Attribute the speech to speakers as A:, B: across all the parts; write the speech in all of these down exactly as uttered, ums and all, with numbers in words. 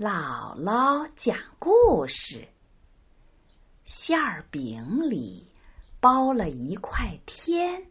A: 姥姥讲故事。馅儿饼里包了一块天。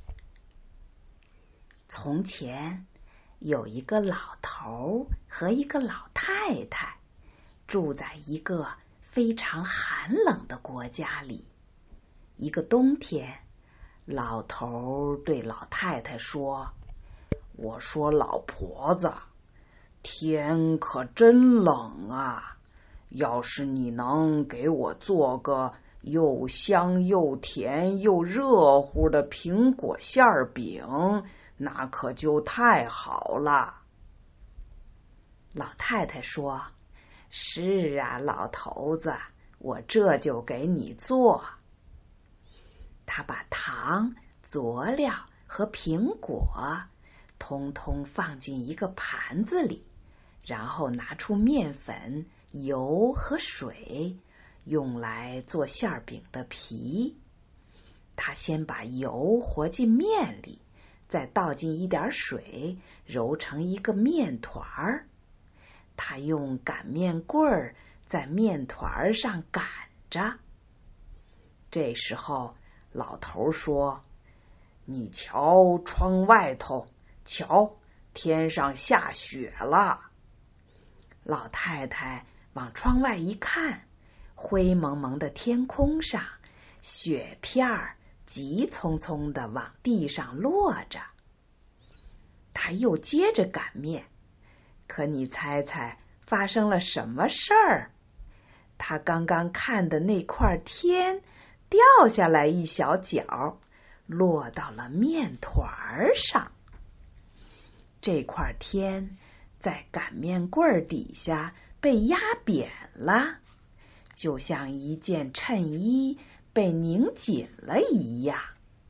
A: 从前有一个老头和一个老太太，住在一个非常寒冷的国家里。一个冬天，老头对老太太说：“我说老婆子，天可真冷啊！要是你能给我做个又香又甜又热乎的苹果馅儿饼，那可就太好了。”老太太说：“是啊，老头子，我这就给你做。”他把糖、佐料和苹果通通放进一个盘子里，然后拿出面粉、油和水，用来做馅儿饼的皮。他先把油和进面里，再倒进一点水，揉成一个面团儿。他用擀面棍儿在面团上擀着。这时候老头说：“你瞧窗外头，瞧，天上下雪了。”老太太往窗外一看，灰蒙蒙的天空上，雪片儿急匆匆地往地上落着。她又接着擀面，可你猜猜发生了什么事儿？她刚刚看的那块天掉下来一小角，落到了面团上。这块天在擀面棍底下被压扁了，就像一件衬衣被拧紧了一样。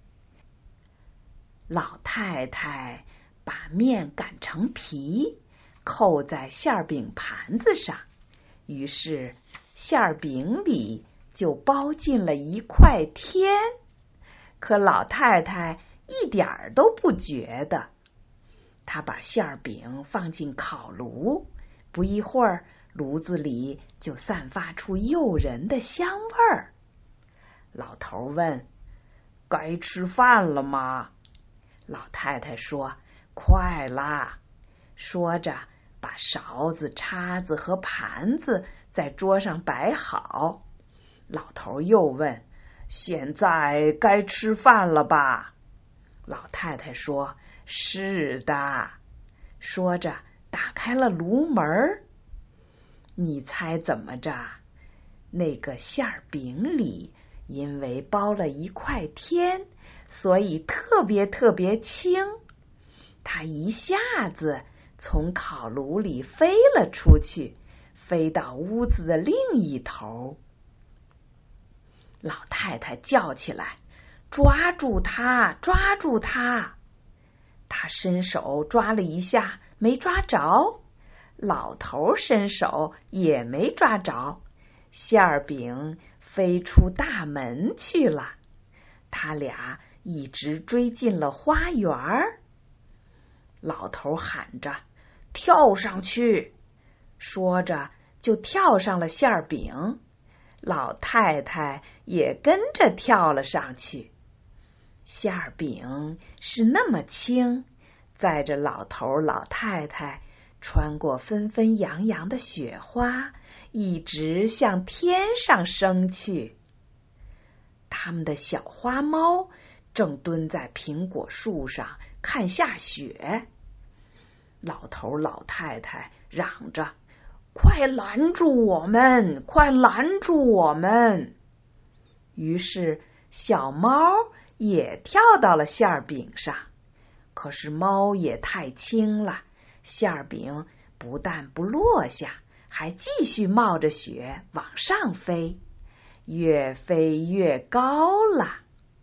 A: 老太太把面擀成皮，扣在馅儿饼盘子上，于是馅儿饼里就包进了一块天。可老太太一点儿都不觉得。她把馅儿饼放进烤炉，不一会儿，炉子里就散发出诱人的香味儿。老头问：“该吃饭了吗？”老太太说：“快啦！”说着，把勺子、叉子和盘子在桌上摆好。老头又问：“现在该吃饭了吧？”老太太说：“是的。”说着打开了炉门。你猜怎么着？那个馅儿饼里因为包了一块天，所以特别特别轻，它一下子从烤炉里飞了出去，飞到屋子的另一头。老太太叫起来：“抓住它，抓住它！”她伸手抓了一下，没抓着。老头伸手也没抓着，馅儿饼飞出大门去了。他俩一直追进了花园。老头喊着：“跳上去！”说着就跳上了馅儿饼。老太太也跟着跳了上去。馅儿饼是那么轻，载着老头老太太穿过纷纷扬扬的雪花，一直向天上升去。他们的小花猫正蹲在苹果树上看下雪。老头老太太嚷着：“快拦住我们，快拦住我们！”于是小猫也跳到了馅儿饼上，可是猫也太轻了，馅儿饼不但不落下，还继续冒着雪往上飞，越飞越高了。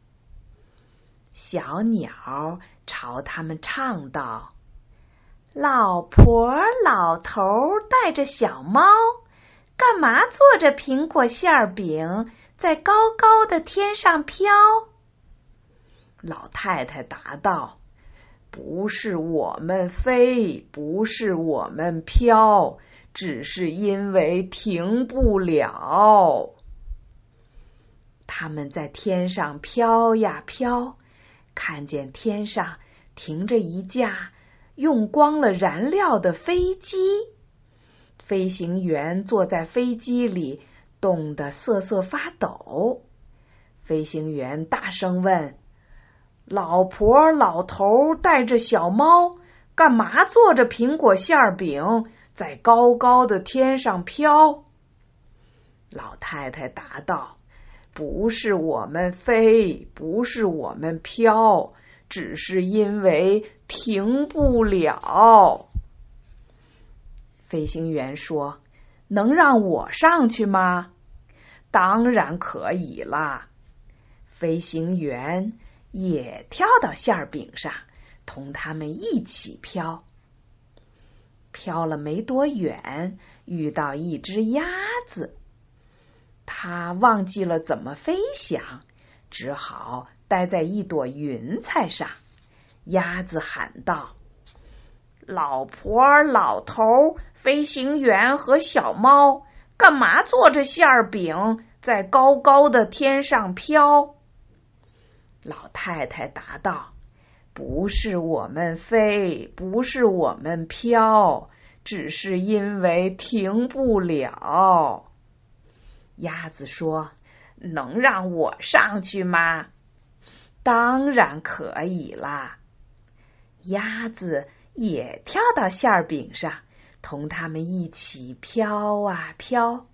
A: 小鸟朝他们唱道：“老婆老头带着小猫，干嘛坐着苹果馅儿饼在高高的天上飘？”老太太答道：“不是我们飞，不是我们飘， 只是因为停不了。他们在天上飘呀飘，看见天上停着一架用光了燃料的飞机，飞行员坐在飞机里，冻得瑟瑟发抖。飞行员大声问：老婆老头带着小猫，干嘛坐着苹果馅饼在高高的天上飘？老太太答道：不是我们飞，不是我们飘，只是因为停不了。飞行员说：能让我上去吗？当然可以啦。飞行员也跳到馅饼上，同他们一起飘。飘了没多远，遇到一只鸭子，他忘记了怎么飞翔，只好待在一朵云彩上。鸭子喊道：老婆老头飞行员和小猫，干嘛坐着馅饼在高高的天上飘？老太太答道：不是我们飞，不是我们飘，只是因为停不了。鸭子说：能让我上去吗？当然可以啦。鸭子也跳到馅饼上，同他们一起飘啊飘。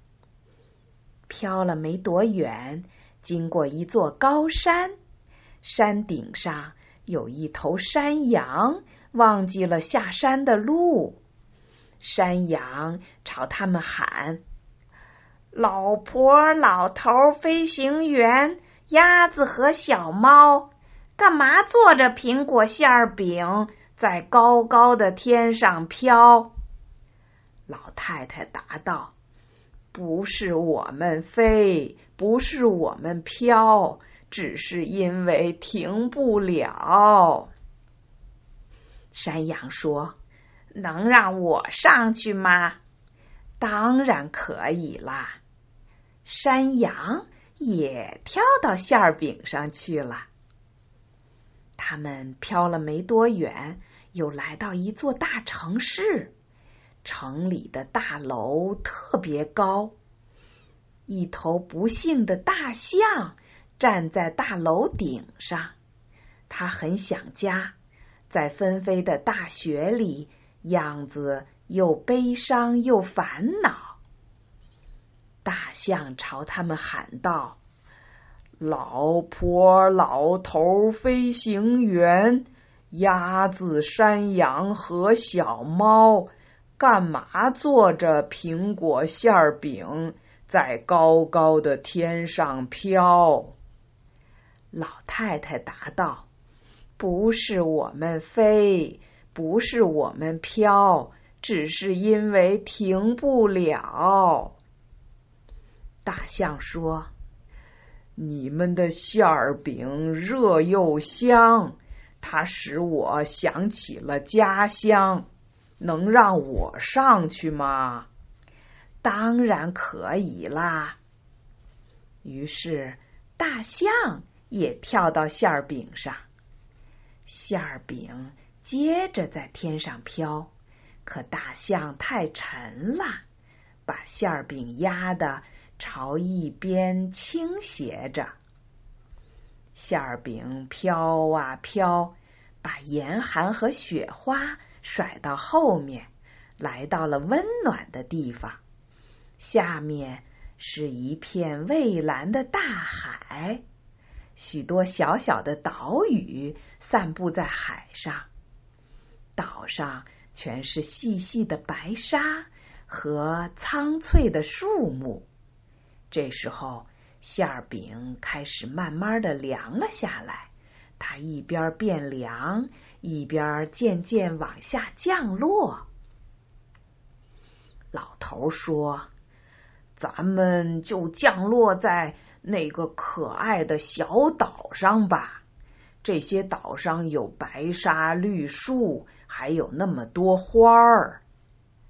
A: 飘了没多远，经过一座高山，山顶上有一头山羊，忘记了下山的路。山羊朝他们喊：老婆老头飞行员，鸭子和小猫，干嘛坐着苹果馅饼在高高的天上飘？老太太答道：不是我们飞，不是我们飘，只是因为停不了。山羊说：能让我上去吗？当然可以啦。山羊也跳到馅饼上去了。他们飘了没多远，又来到一座大城市。城里的大楼特别高，一头不幸的大象站在大楼顶上，它很想家，在纷飞的大雪里，样子又悲伤又烦恼。大象朝他们喊道：老婆老头飞行员，鸭子山羊和小猫，干嘛坐着苹果馅饼在高高的天上飘？老太太答道：不是我们飞，不是我们飘，只是因为停不了。大象说：你们的馅饼热又香，它使我想起了家乡，能让我上去吗？当然可以啦。于是大象也跳到馅饼上，馅饼接着在天上飘，可大象太沉了，把馅饼压得朝一边倾斜着。馅饼飘啊飘，把严寒和雪花甩到后面，来到了温暖的地方。下面是一片蔚蓝的大海，许多小小的岛屿散布在海上，岛上全是细细的白沙和苍翠的树木。这时候馅饼开始慢慢的凉了下来，它一边变凉，一边渐渐往下降落。老头说：咱们就降落在那个可爱的小岛上吧，这些岛上有白沙绿树，还有那么多花儿。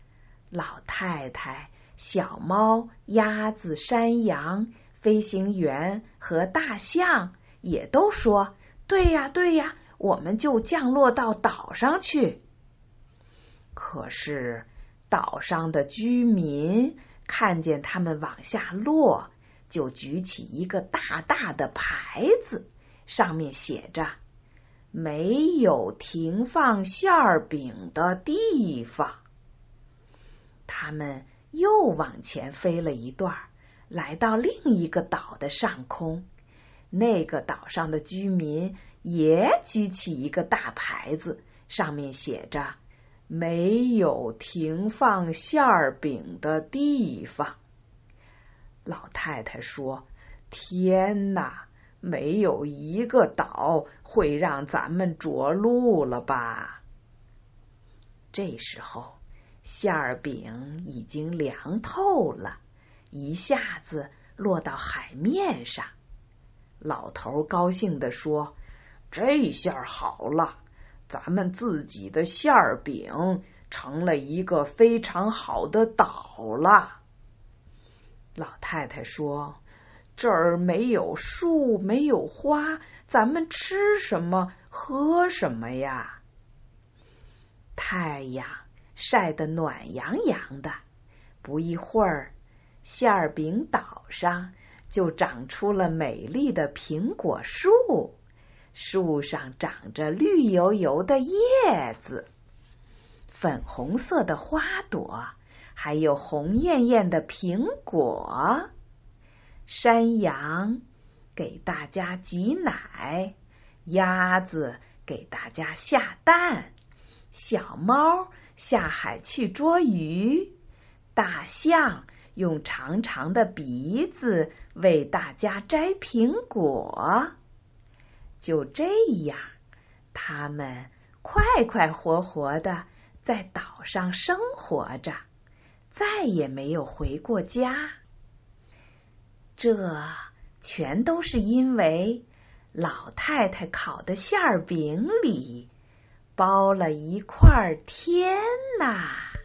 A: 老太太、小猫、鸭子、山羊、飞行员和大象也都说：对呀，对呀，我们就降落到岛上去。可是岛上的居民看见他们往下落，就举起一个大大的牌子，上面写着：没有停放馅饼的地方。他们又往前飞了一段，来到另一个岛的上空。那个岛上的居民也举起一个大牌子，上面写着：没有停放馅饼的地方。老太太说：天哪，没有一个岛会让咱们着陆了吧？这时候馅饼已经凉透了，一下子落到海面上。老头高兴地说：这下好了，咱们自己的馅饼成了一个非常好的岛了。老太太说：这儿没有树，没有花，咱们吃什么喝什么呀？太阳晒得暖洋洋的，不一会儿，馅饼岛上就长出了美丽的苹果树，树上长着绿油油的叶子，粉红色的花朵，还有红艳艳的苹果。山羊给大家挤奶，鸭子给大家下蛋，小猫下海去捉鱼，大象用长长的鼻子为大家摘苹果。就这样，他们快快活活的在岛上生活着，再也没有回过家。这全都是因为老太太烤的馅饼里包了一块天呐！